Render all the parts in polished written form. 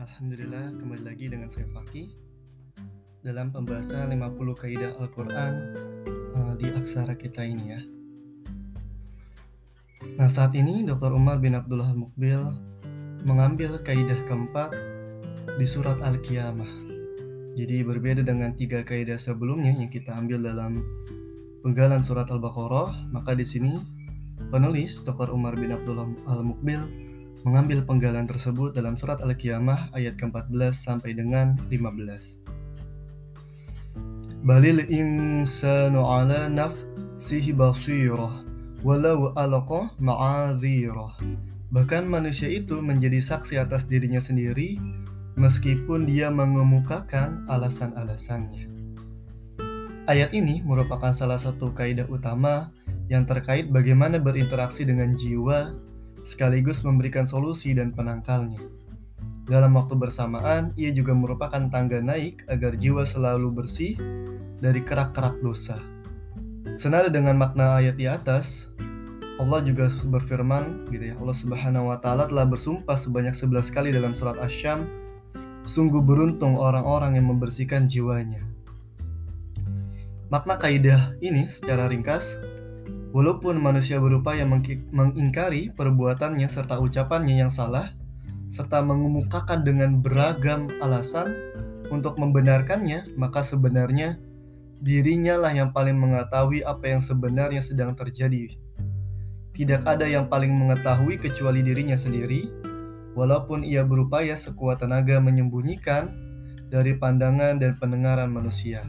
Alhamdulillah, kembali lagi dengan saya Fakih dalam pembahasan 50 kaidah Al-Quran di aksara kita ini ya. Nah, saat ini Dr. Umar bin Abdullah Al-Muqbil mengambil kaidah keempat di surat Al-Qiyamah. Jadi berbeda dengan 3 kaidah sebelumnya yang kita ambil dalam penggalan surat Al-Baqarah, maka di sini penulis Dr. Umar bin Abdullah Al-Muqbil mengambil penggalan tersebut dalam surat Al-Qiyamah ayat ke-14 sampai dengan 15. Balil insanu ala nafsihi basirah walau alqa ma'adhirah. Bahkan manusia itu menjadi saksi atas dirinya sendiri meskipun dia mengemukakan alasan-alasannya. Ayat ini merupakan salah satu kaidah utama yang terkait bagaimana berinteraksi dengan jiwa sekaligus memberikan solusi dan penangkalnya. Dalam waktu bersamaan, ia juga merupakan tangga naik agar jiwa selalu bersih dari kerak-kerak dosa. Senada dengan makna ayat di atas, Allah juga berfirman, Allah Subhanahu wa taala telah bersumpah sebanyak 11 kali dalam surat Asy-Syam, sungguh beruntung orang-orang yang membersihkan jiwanya. Makna kaidah ini secara ringkas, walaupun manusia berupaya mengingkari perbuatannya serta ucapannya yang salah, serta mengemukakan dengan beragam alasan untuk membenarkannya, maka sebenarnya dirinya lah yang paling mengetahui apa yang sebenarnya sedang terjadi. Tidak ada yang paling mengetahui kecuali dirinya sendiri, walaupun ia berupaya sekuat tenaga menyembunyikan dari pandangan dan pendengaran manusia.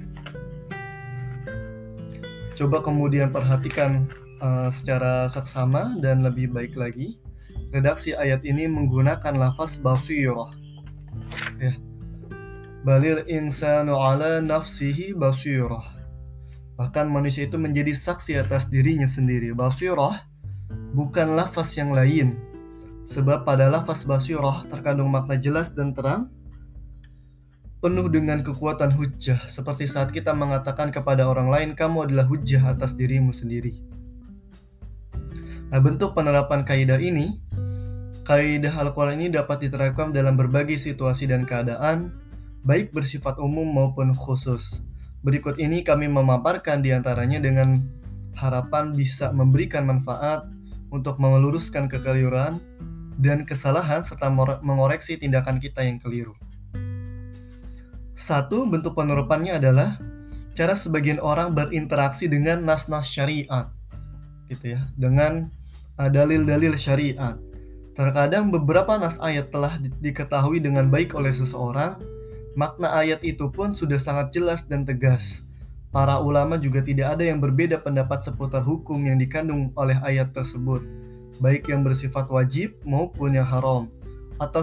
Coba kemudian perhatikan secara saksama dan lebih baik lagi. Redaksi ayat ini menggunakan lafaz basirah. Ya. Balil insanu ala nafsihi basirah. Bahkan manusia itu menjadi saksi atas dirinya sendiri. Basirah bukan lafaz yang lain. Sebab pada lafaz basirah terkandung makna jelas dan terang, penuh dengan kekuatan hujjah, seperti saat kita mengatakan kepada orang lain, kamu adalah hujjah atas dirimu sendiri. Nah, bentuk penerapan kaidah ini, kaidah Al-Quran ini dapat diterapkan dalam berbagai situasi dan keadaan, baik bersifat umum maupun khusus. Berikut ini kami memaparkan diantaranya dengan harapan bisa memberikan manfaat untuk meluruskan kekeliruan dan kesalahan serta mengoreksi tindakan kita yang keliru. Satu, bentuk penerapannya adalah cara sebagian orang berinteraksi dengan nas-nas syariat, dengan dalil-dalil syariat. Terkadang beberapa nas ayat telah diketahui dengan baik oleh seseorang, makna ayat itu pun sudah sangat jelas dan tegas. Para ulama juga tidak ada yang berbeda pendapat seputar hukum yang dikandung oleh ayat tersebut, baik yang bersifat wajib maupun yang haram, atau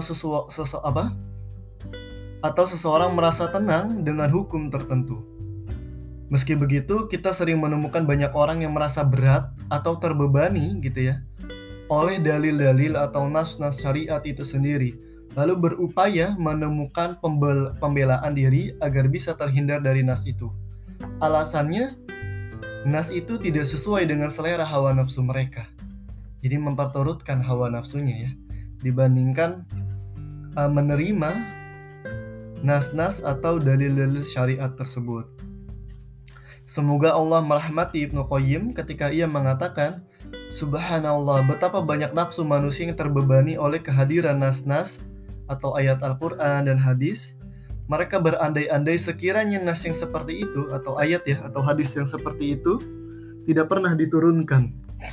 seseorang merasa tenang dengan hukum tertentu. Meski begitu, kita sering menemukan banyak orang yang merasa berat atau terbebani oleh dalil-dalil atau nas-nas syariat itu sendiri, lalu berupaya menemukan pembelaan diri agar bisa terhindar dari nas itu. Alasannya, nas itu tidak sesuai dengan selera hawa nafsu mereka. Jadi memperturutkan hawa nafsunya dibandingkan menerima nas-nas atau dalil-dalil syariat tersebut. Semoga Allah merahmati Ibnu Qayyim ketika ia mengatakan, Subhanallah, betapa banyak nafsu manusia yang terbebani oleh kehadiran nas-nas atau ayat Al-Quran dan hadis. Mereka berandai-andai sekiranya nas yang seperti itu atau ayat atau hadis yang seperti itu tidak pernah diturunkan.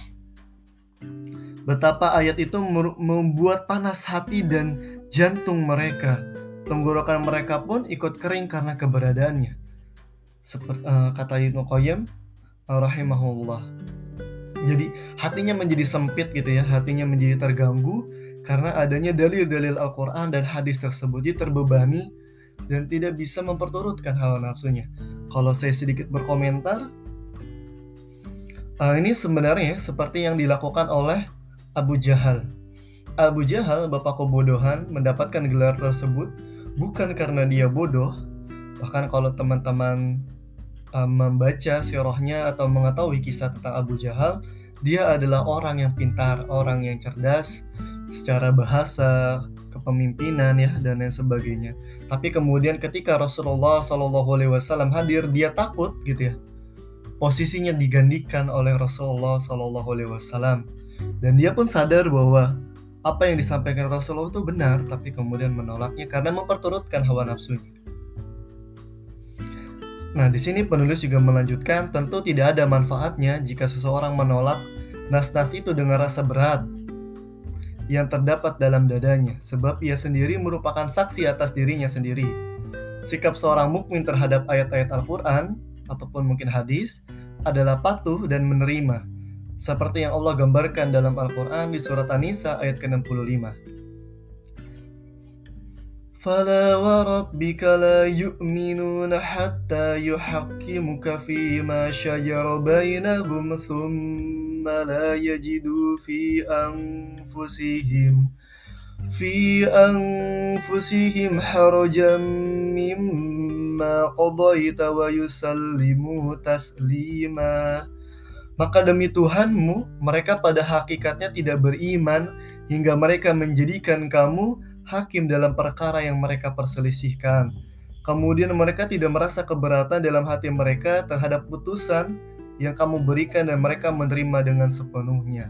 Betapa ayat itu membuat panas hati dan jantung mereka. Tenggorokan mereka pun ikut kering karena keberadaannya. Seperti kata Ibnu Qayyim rahimahullah. Jadi hatinya menjadi sempit hatinya menjadi terganggu karena adanya dalil-dalil Al-Quran dan hadis tersebut. Dia terbebani dan tidak bisa memperturutkan hawa nafsunya. Kalau saya sedikit berkomentar, ini sebenarnya seperti yang dilakukan oleh Abu Jahal. Abu Jahal, bapak kebodohan, mendapatkan gelar tersebut bukan karena dia bodoh. Bahkan kalau teman-teman membaca sirahnya atau mengetahui kisah tentang Abu Jahal, dia adalah orang yang pintar, orang yang cerdas secara bahasa, kepemimpinan ya dan lain sebagainya. Tapi kemudian ketika Rasulullah SAW hadir, dia takut gitu ya. Posisinya digantikan oleh Rasulullah SAW, dan dia pun sadar bahwa apa yang disampaikan Rasulullah itu benar, tapi kemudian menolaknya karena memperturutkan hawa nafsunya. Nah, di sini penulis juga melanjutkan, tentu tidak ada manfaatnya jika seseorang menolak nas-nas itu dengan rasa berat yang terdapat dalam dadanya, sebab ia sendiri merupakan saksi atas dirinya sendiri. Sikap seorang mukmin terhadap ayat-ayat Al-Quran ataupun mungkin hadis adalah patuh dan menerima, seperti yang Allah gambarkan dalam Al-Quran di surat An-Nisa ayat ke-65. فَلَا وَرَبِّكَ لَا يُؤْمِنُونَ حَتَّى يُحَكِّمُكَ فِيمَا شَجَرَ بَيْنَهُمْ ثُمَّ لَا يَجِدُوا فِي أَنفُسِهِمْ حَرَجًا مِّمَّا قَضَيْتَ وَيُسَلِّمُوا تَسْلِيمًا. Maka demi Tuhanmu, mereka pada hakikatnya tidak beriman hingga mereka menjadikan kamu hakim dalam perkara yang mereka perselisihkan. Kemudian mereka tidak merasa keberatan dalam hati mereka terhadap putusan yang kamu berikan dan mereka menerima dengan sepenuhnya.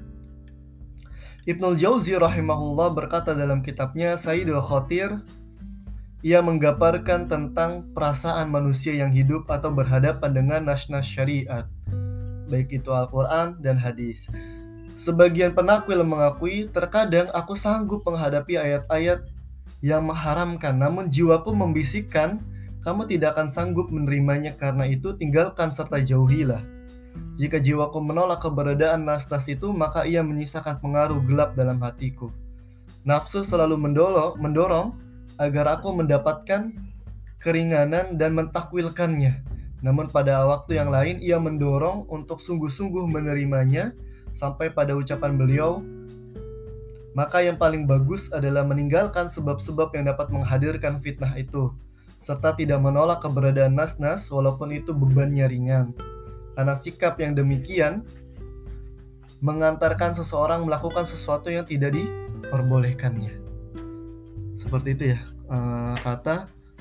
Ibnul Jauzi rahimahullah berkata dalam kitabnya Sayyidul Khatir, ia menggambarkan tentang perasaan manusia yang hidup atau berhadapan dengan nas-nas syariat, baik itu Al-Quran dan hadis. Sebagian penakwil mengakui, terkadang aku sanggup menghadapi ayat-ayat yang mengharamkan, namun jiwaku membisikkan, kamu tidak akan sanggup menerimanya, karena itu tinggalkan serta jauhilah. Jika jiwaku menolak keberadaan nas-nas itu, maka ia menyisakan pengaruh gelap dalam hatiku. Nafsu selalu mendorong agar aku mendapatkan keringanan dan mentakwilkannya. Namun pada waktu yang lain ia mendorong untuk sungguh-sungguh menerimanya, sampai pada ucapan beliau, maka yang paling bagus adalah meninggalkan sebab-sebab yang dapat menghadirkan fitnah itu, serta tidak menolak keberadaan nas-nas walaupun itu bebannya ringan. Karena sikap yang demikian mengantarkan seseorang melakukan sesuatu yang tidak diperbolehkannya. Seperti itu ya, kata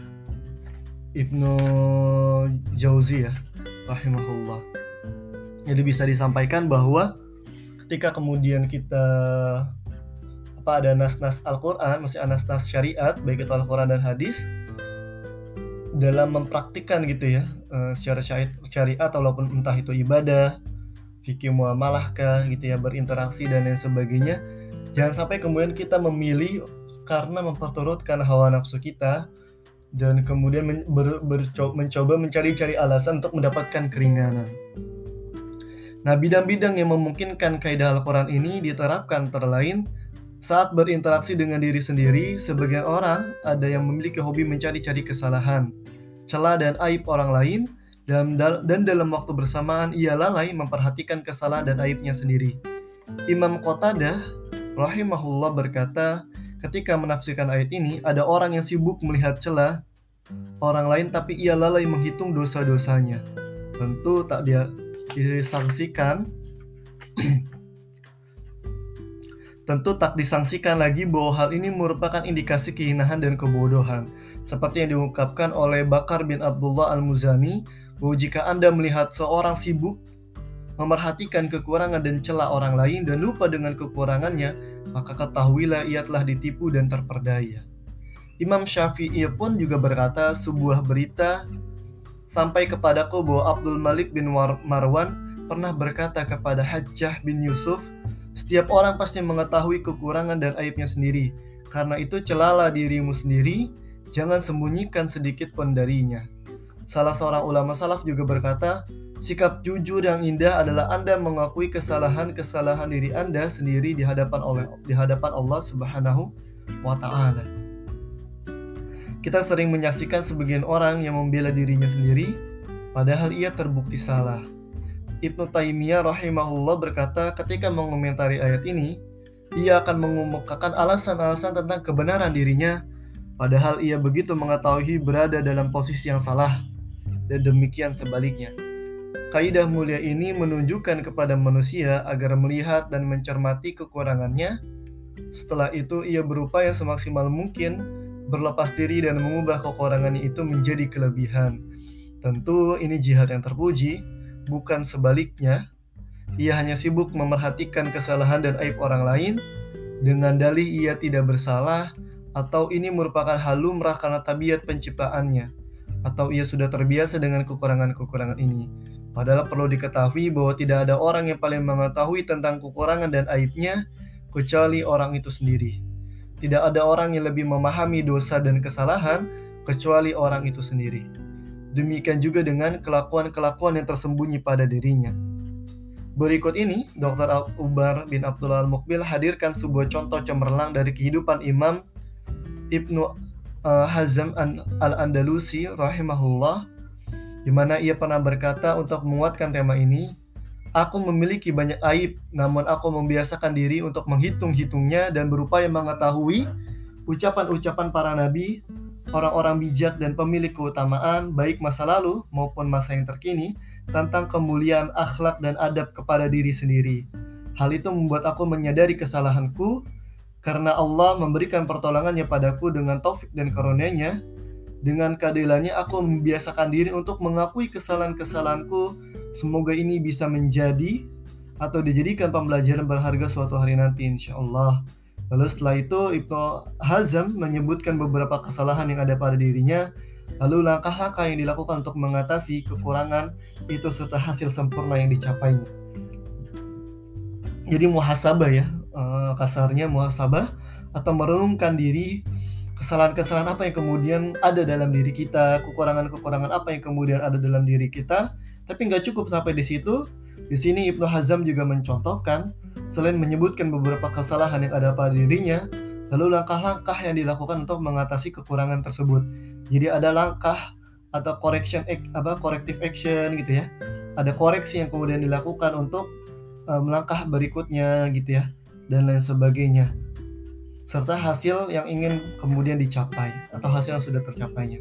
Ibnu Jauzi ya, rahimahullah. Jadi bisa disampaikan bahwa ketika kemudian kita ada nas-nas Al-Quran, maksudnya nas-nas syariat, baik itu Al-Quran dan hadis, dalam mempraktikkan gitu ya, secara syariat walaupun entah itu ibadah, fikih muamalah kah gitu ya, berinteraksi dan lain sebagainya, jangan sampai kemudian kita memilih karena memperturutkan hawa nafsu kita dan kemudian mencoba mencari-cari alasan untuk mendapatkan keringanan. Nah, bidang-bidang yang memungkinkan kaidah Al-Quran ini diterapkan antara lain saat berinteraksi dengan diri sendiri. Sebagian orang ada yang memiliki hobi mencari-cari kesalahan, celah dan aib orang lain, dan dalam waktu bersamaan ia lalai memperhatikan kesalahan dan aibnya sendiri. Imam Qatadah rahimahullah berkata, ketika menafsirkan ayat ini, ada orang yang sibuk melihat celah orang lain tapi ia lalai menghitung dosa-dosanya. Tentu tak dia disangsikan tentu tak disangsikan lagi bahwa hal ini merupakan indikasi kehinaan dan kebodohan, seperti yang diungkapkan oleh Bakar bin Abdullah Al-Muzani, bahwa jika Anda melihat seorang sibuk memerhatikan kekurangan dan celah orang lain dan lupa dengan kekurangannya, maka ketahuilah ia telah ditipu dan terperdaya. Imam Syafi'i pun juga berkata, sebuah berita sampai kepadaku bahwa Abdul Malik bin Marwan pernah berkata kepada Hajjah bin Yusuf, setiap orang pasti mengetahui kekurangan dan aibnya sendiri. Karena itu celalah dirimu sendiri, jangan sembunyikan sedikit pun darinya. Salah seorang ulama salaf juga berkata, sikap jujur yang indah adalah Anda mengakui kesalahan-kesalahan diri Anda sendiri di hadapan Allah Subhanahu wa Ta'ala. Kita sering menyaksikan sebagian orang yang membela dirinya sendiri, padahal ia terbukti salah. Ibnu Taimiyah rahimahullah berkata, ketika mengomentari ayat ini, ia akan mengemukakan alasan-alasan tentang kebenaran dirinya, padahal ia begitu mengetahui berada dalam posisi yang salah, dan demikian sebaliknya. Kaidah mulia ini menunjukkan kepada manusia agar melihat dan mencermati kekurangannya, Setelah itu ia berupaya semaksimal mungkin berlepas diri dan mengubah kekurangannya itu menjadi kelebihan. Tentu ini jihad yang terpuji, bukan sebaliknya. Ia hanya sibuk memerhatikan kesalahan dan aib orang lain dengan dalih ia tidak bersalah, atau ini merupakan hal lumrah karena tabiat penciptaannya, atau ia sudah terbiasa dengan kekurangan-kekurangan ini. Padahal perlu diketahui bahwa tidak ada orang yang paling mengetahui tentang kekurangan dan aibnya kecuali orang itu sendiri. Tidak ada orang yang lebih memahami dosa dan kesalahan kecuali orang itu sendiri. Demikian juga dengan kelakuan-kelakuan yang tersembunyi pada dirinya. Berikut ini, Dr. Umar bin Abdullah Al-Muqbil hadirkan sebuah contoh cemerlang dari kehidupan Imam Ibnu Hazm Al-Andalusi rahimahullah, di mana ia pernah berkata untuk menguatkan tema ini, "Aku memiliki banyak aib, namun aku membiasakan diri untuk menghitung-hitungnya dan berupaya mengetahui ucapan-ucapan para nabi, orang-orang bijak dan pemilik keutamaan, baik masa lalu maupun masa yang terkini, tentang kemuliaan akhlak dan adab kepada diri sendiri. Hal itu membuat aku menyadari kesalahanku, karena Allah memberikan pertolongannya padaku dengan taufik dan karunia-Nya. Dengan keadilannya aku membiasakan diri untuk mengakui kesalahan-kesalahanku. Semoga ini bisa menjadi atau dijadikan pembelajaran berharga suatu hari nanti, insya Allah." Lalu setelah itu Ibnu Hazm menyebutkan beberapa kesalahan yang ada pada dirinya, lalu langkah-langkah yang dilakukan untuk mengatasi kekurangan itu serta hasil sempurna yang dicapainya. Jadi muhasabah ya, kasarnya muhasabah atau merenungkan diri, kesalahan-kesalahan apa yang kemudian ada dalam diri kita, kekurangan-kekurangan apa yang kemudian ada dalam diri kita. Tapi nggak cukup sampai di situ. Di sini Ibnu Hazm juga mencontohkan, selain menyebutkan beberapa kesalahan yang ada pada dirinya, lalu langkah-langkah yang dilakukan untuk mengatasi kekurangan tersebut. Jadi ada langkah atau corrective action gitu ya. Ada koreksi yang kemudian dilakukan untuk melangkah berikutnya gitu ya, dan lain sebagainya. Serta hasil yang ingin kemudian dicapai atau hasil yang sudah tercapainya.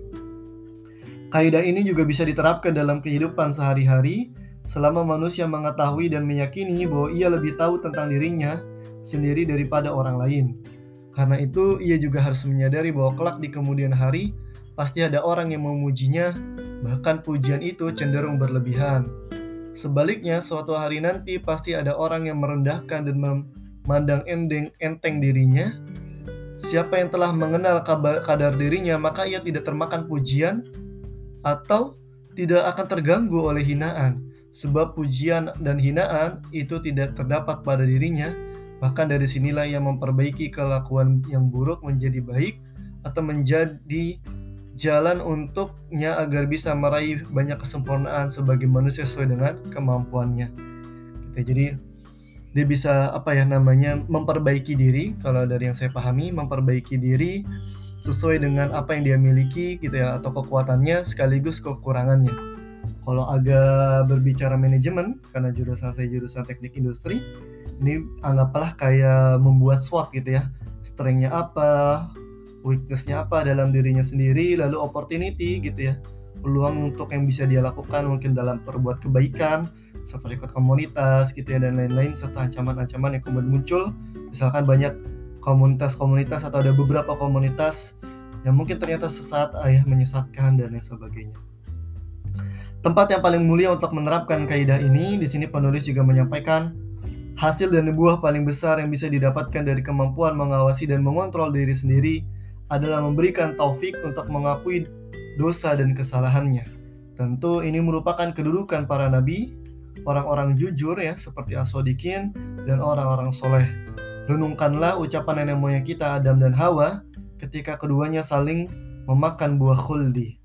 Kaidah ini juga bisa diterapkan dalam kehidupan sehari-hari selama manusia mengetahui dan meyakini bahwa ia lebih tahu tentang dirinya sendiri daripada orang lain. Karena itu, ia juga harus menyadari bahwa kelak di kemudian hari pasti ada orang yang memujinya, bahkan pujian itu cenderung berlebihan. Sebaliknya, suatu hari nanti pasti ada orang yang merendahkan dan memandang enteng dirinya. Siapa yang telah mengenal kadar dirinya, maka ia tidak termakan pujian atau tidak akan terganggu oleh hinaan. Sebab pujian dan hinaan itu tidak terdapat pada dirinya. Bahkan dari sinilah ia memperbaiki kelakuan yang buruk menjadi baik, atau menjadi jalan untuknya agar bisa meraih banyak kesempurnaan sebagai manusia sesuai dengan kemampuannya. Jadi dia bisa memperbaiki diri. Kalau dari yang saya pahami, memperbaiki diri sesuai dengan apa yang dia miliki gitu ya, atau kekuatannya sekaligus kekurangannya. Kalau agak berbicara manajemen, karena jurusan saya jurusan teknik industri, ini anggaplah kayak membuat SWOT gitu ya. Strength-nya apa, weakness-nya apa dalam dirinya sendiri, lalu opportunity gitu ya, peluang untuk yang bisa dia lakukan mungkin dalam perbuat kebaikan, seperti ikut komunitas gitu ya, dan lain-lain, serta ancaman-ancaman yang kemudian muncul. Misalkan banyak komunitas-komunitas atau ada beberapa komunitas yang mungkin ternyata sesat, menyesatkan dan lain sebagainya. Tempat yang paling mulia untuk menerapkan kaidah ini, di sini penulis juga menyampaikan, hasil dan buah paling besar yang bisa didapatkan dari kemampuan mengawasi dan mengontrol diri sendiri adalah memberikan taufik untuk mengakui dosa dan kesalahannya. Tentu ini merupakan kedudukan para nabi, orang-orang jujur ya, seperti as-shodiqin dan orang-orang soleh. Renungkanlah ucapan nenek moyang kita Adam dan Hawa ketika keduanya saling memakan buah khuldi.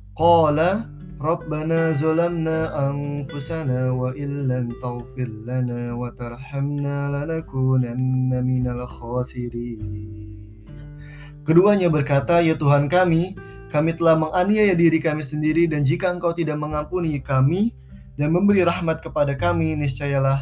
Qala Rabbana zalamna anfusana wa illam taghfir lana wa tarhamna lanakunanna minal khasirin. Keduanya berkata, "Ya Tuhan kami telah menganiaya diri kami sendiri, dan jika Engkau tidak mengampuni kami dan memberi rahmat kepada kami, niscaya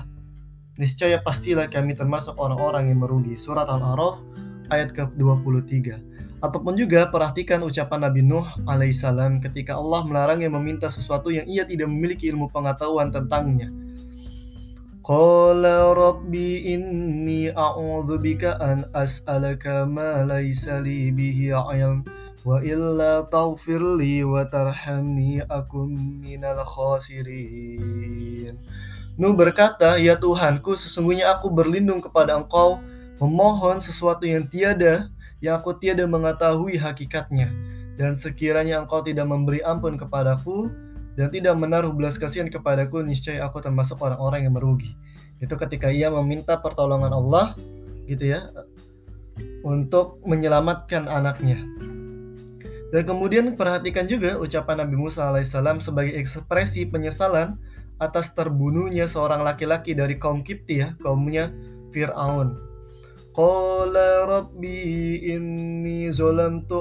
pastilah kami termasuk orang-orang yang merugi." Surat Al-A'raf ayat ke-23. Ataupun juga perhatikan ucapan Nabi Nuh alaihissalam ketika Allah melarangnya meminta sesuatu yang ia tidak memiliki ilmu pengetahuan tentangnya. Qala rabbi inni a'udzu bika an as'alaka ma laysa li bihi 'ilm wa illa taghfir li wa tarhamni akun minal khasirin. Nuh berkata, "Ya Tuhanku, sesungguhnya aku berlindung kepada Engkau, memohon sesuatu yang aku tiada mengetahui hakikatnya. Dan sekiranya Engkau tidak memberi ampun kepadaku dan tidak menaruh belas kasihan kepadaku, niscaya aku termasuk orang-orang yang merugi." Itu ketika ia meminta pertolongan Allah, gitu ya, untuk menyelamatkan anaknya. Dan kemudian perhatikan juga ucapan Nabi Musa alaihissalam sebagai ekspresi penyesalan atas terbunuhnya seorang laki-laki dari kaum Kipti, ya, kaumnya Fir'aun. Qala rabbi inni zolamtu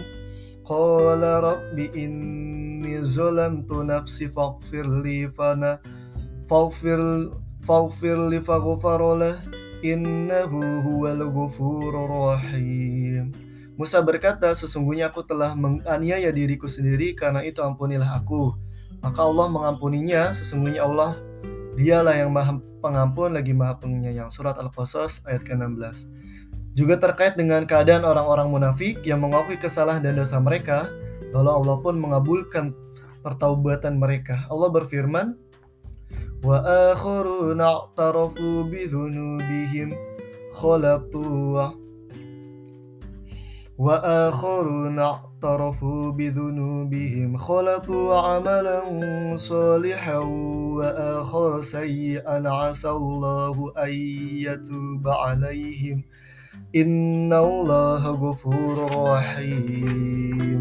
nafsi faghfirli faghfarolah innahu huwal ghafurur rahim. Musa berkata, "Sesungguhnya aku telah menganiaya diriku sendiri, karena itu ampunilah aku." Maka Allah mengampuninya. Sesungguhnya Allah, Dialah yang Maha Pengampun lagi Maha Penyayang. Surat Al-Qasas ayat ke-16. Juga terkait dengan keadaan orang-orang munafik yang mengakui kesalahan dan dosa mereka, lalu Allah pun mengabulkan pertaubatan mereka. Allah berfirman, "Wa akharuna i'tarafu bi dzunubihim khalaqtu وآخرون اعترفوا بذنوبهم خلطوا عملا صالحا وآخر سيئا عسى الله أن يتوب عليهم إن الله غفور رحيم.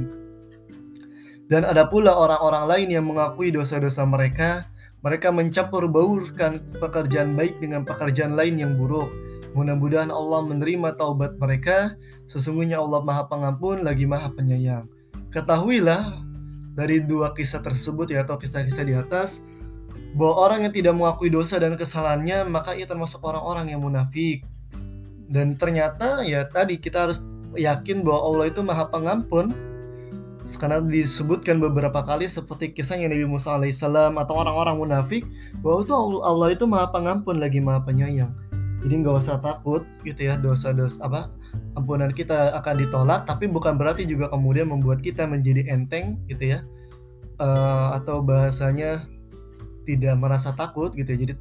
Dan ada pula orang-orang lain yang mengakui dosa-dosa mereka. Mereka mencampur baurkan pekerjaan baik dengan pekerjaan lain yang buruk. Mudah-mudahan Allah menerima taubat mereka. Sesungguhnya Allah Maha Pengampun lagi Maha Penyayang. Ketahuilah dari dua kisah tersebut, ya, atau kisah-kisah di atas, bahwa orang yang tidak mengakui dosa dan kesalahannya, maka ia termasuk orang-orang yang munafik. Dan ternyata, ya, tadi kita harus yakin bahwa Allah itu Maha Pengampun, karena disebutkan beberapa kali seperti kisahnya Nabi Musa alaihissalam atau orang-orang munafik, bahwa itu Allah itu Maha Pengampun lagi Maha Penyayang. Jadi nggak usah takut, gitu ya, dosa-dosa ampunan kita akan ditolak, tapi bukan berarti juga kemudian membuat kita menjadi enteng, gitu ya, atau bahasanya tidak merasa takut, gitu ya. Jadi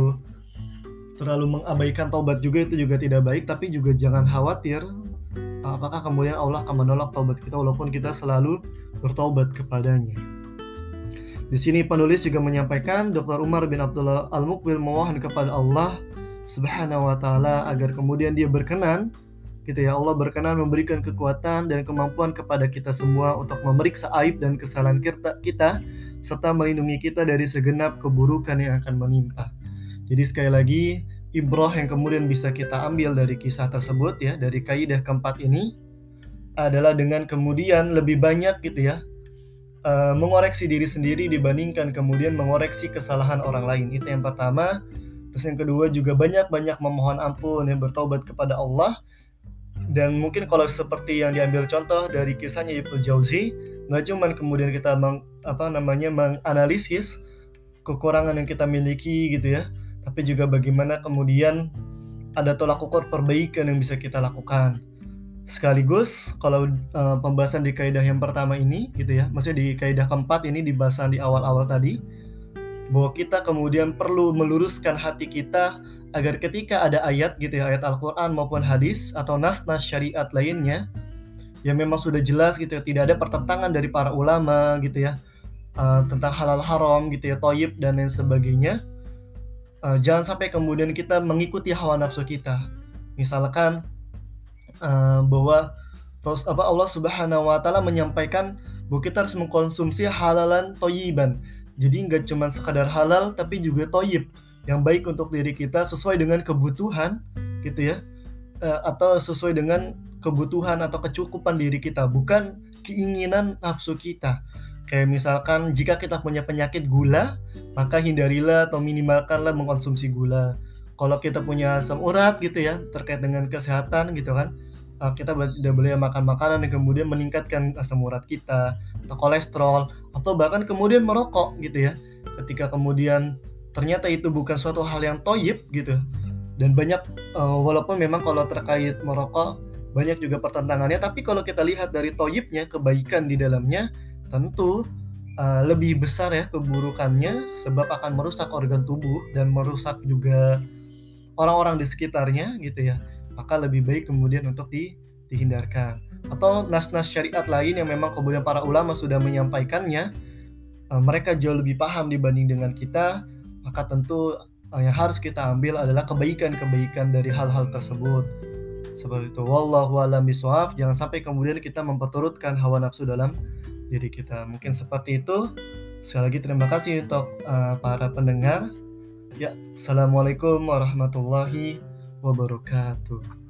terlalu mengabaikan taubat juga, itu juga tidak baik. Tapi juga jangan khawatir apakah kemudian Allah akan menolak taubat kita walaupun kita selalu bertaubat kepadanya. Di sini penulis juga menyampaikan, Dr. Umar bin Abdullah Al-Muqbil memohon kepada Allah Subhanahu wa ta'ala agar kemudian dia berkenan, gitu ya, Allah berkenan memberikan kekuatan dan kemampuan kepada kita semua untuk memeriksa aib dan kesalahan kita serta melindungi kita dari segenap keburukan yang akan menimpa. Jadi sekali lagi, ibrah yang kemudian bisa kita ambil dari kisah tersebut, ya, dari kaidah keempat ini adalah dengan kemudian lebih banyak, gitu ya, mengoreksi diri sendiri dibandingkan kemudian mengoreksi kesalahan orang lain. Itu yang pertama. Terus yang kedua juga banyak-banyak memohon ampun dan bertaubat kepada Allah. Dan mungkin kalau seperti yang diambil contoh dari kisahnya Ibnu Jauzi, nggak cuma kemudian kita menganalisis kekurangan yang kita miliki, gitu ya, tapi juga bagaimana kemudian ada tolak ukur perbaikan yang bisa kita lakukan. Sekaligus kalau pembahasan di kaidah yang pertama ini, gitu ya, maksudnya di kaidah keempat ini, di bahasan di awal-awal tadi, bahwa kita kemudian perlu meluruskan hati kita agar ketika ada ayat, gitu ya, ayat Al-Quran maupun hadis atau nas-nas syariat lainnya yang memang sudah jelas, gitu ya, tidak ada pertentangan dari para ulama, gitu ya, tentang halal haram, gitu ya, thayyib dan lain sebagainya, jangan sampai kemudian kita mengikuti hawa nafsu kita. Misalkan bahwa Allah Subhanahu wa ta'ala menyampaikan bahwa kita harus mengkonsumsi halalan thayyiban. Jadi nggak cuma sekadar halal, tapi juga thayyib, yang baik untuk diri kita sesuai dengan kebutuhan, gitu ya, atau sesuai dengan kebutuhan atau kecukupan diri kita, bukan keinginan nafsu kita. Kayak misalkan jika kita punya penyakit gula, maka hindarilah atau minimalkanlah mengkonsumsi gula. Kalau kita punya asam urat, gitu ya, terkait dengan kesehatan, gitu kan, kita tidak boleh makan makanan yang kemudian meningkatkan asam urat kita atau kolesterol, atau bahkan kemudian merokok, gitu ya. Ketika kemudian ternyata itu bukan suatu hal yang toyib gitu. Dan banyak walaupun memang kalau terkait merokok banyak juga pertentangannya, tapi kalau kita lihat dari toyibnya, kebaikan di dalamnya, tentu lebih besar ya keburukannya, sebab akan merusak organ tubuh dan merusak juga orang-orang di sekitarnya gitu ya. Maka lebih baik kemudian untuk dihindarkan. Atau nas-nas syariat lain yang memang kemudian para ulama sudah menyampaikannya, mereka jauh lebih paham dibanding dengan kita, maka tentu yang harus kita ambil adalah kebaikan-kebaikan dari hal-hal tersebut. Seperti itu. Wallahu a'lam bishawab. Jangan sampai kemudian kita memperturutkan hawa nafsu dalam diri kita. Mungkin seperti itu. Sekali lagi terima kasih untuk para pendengar. Ya, assalamualaikum warahmatullahi wabarakatuh.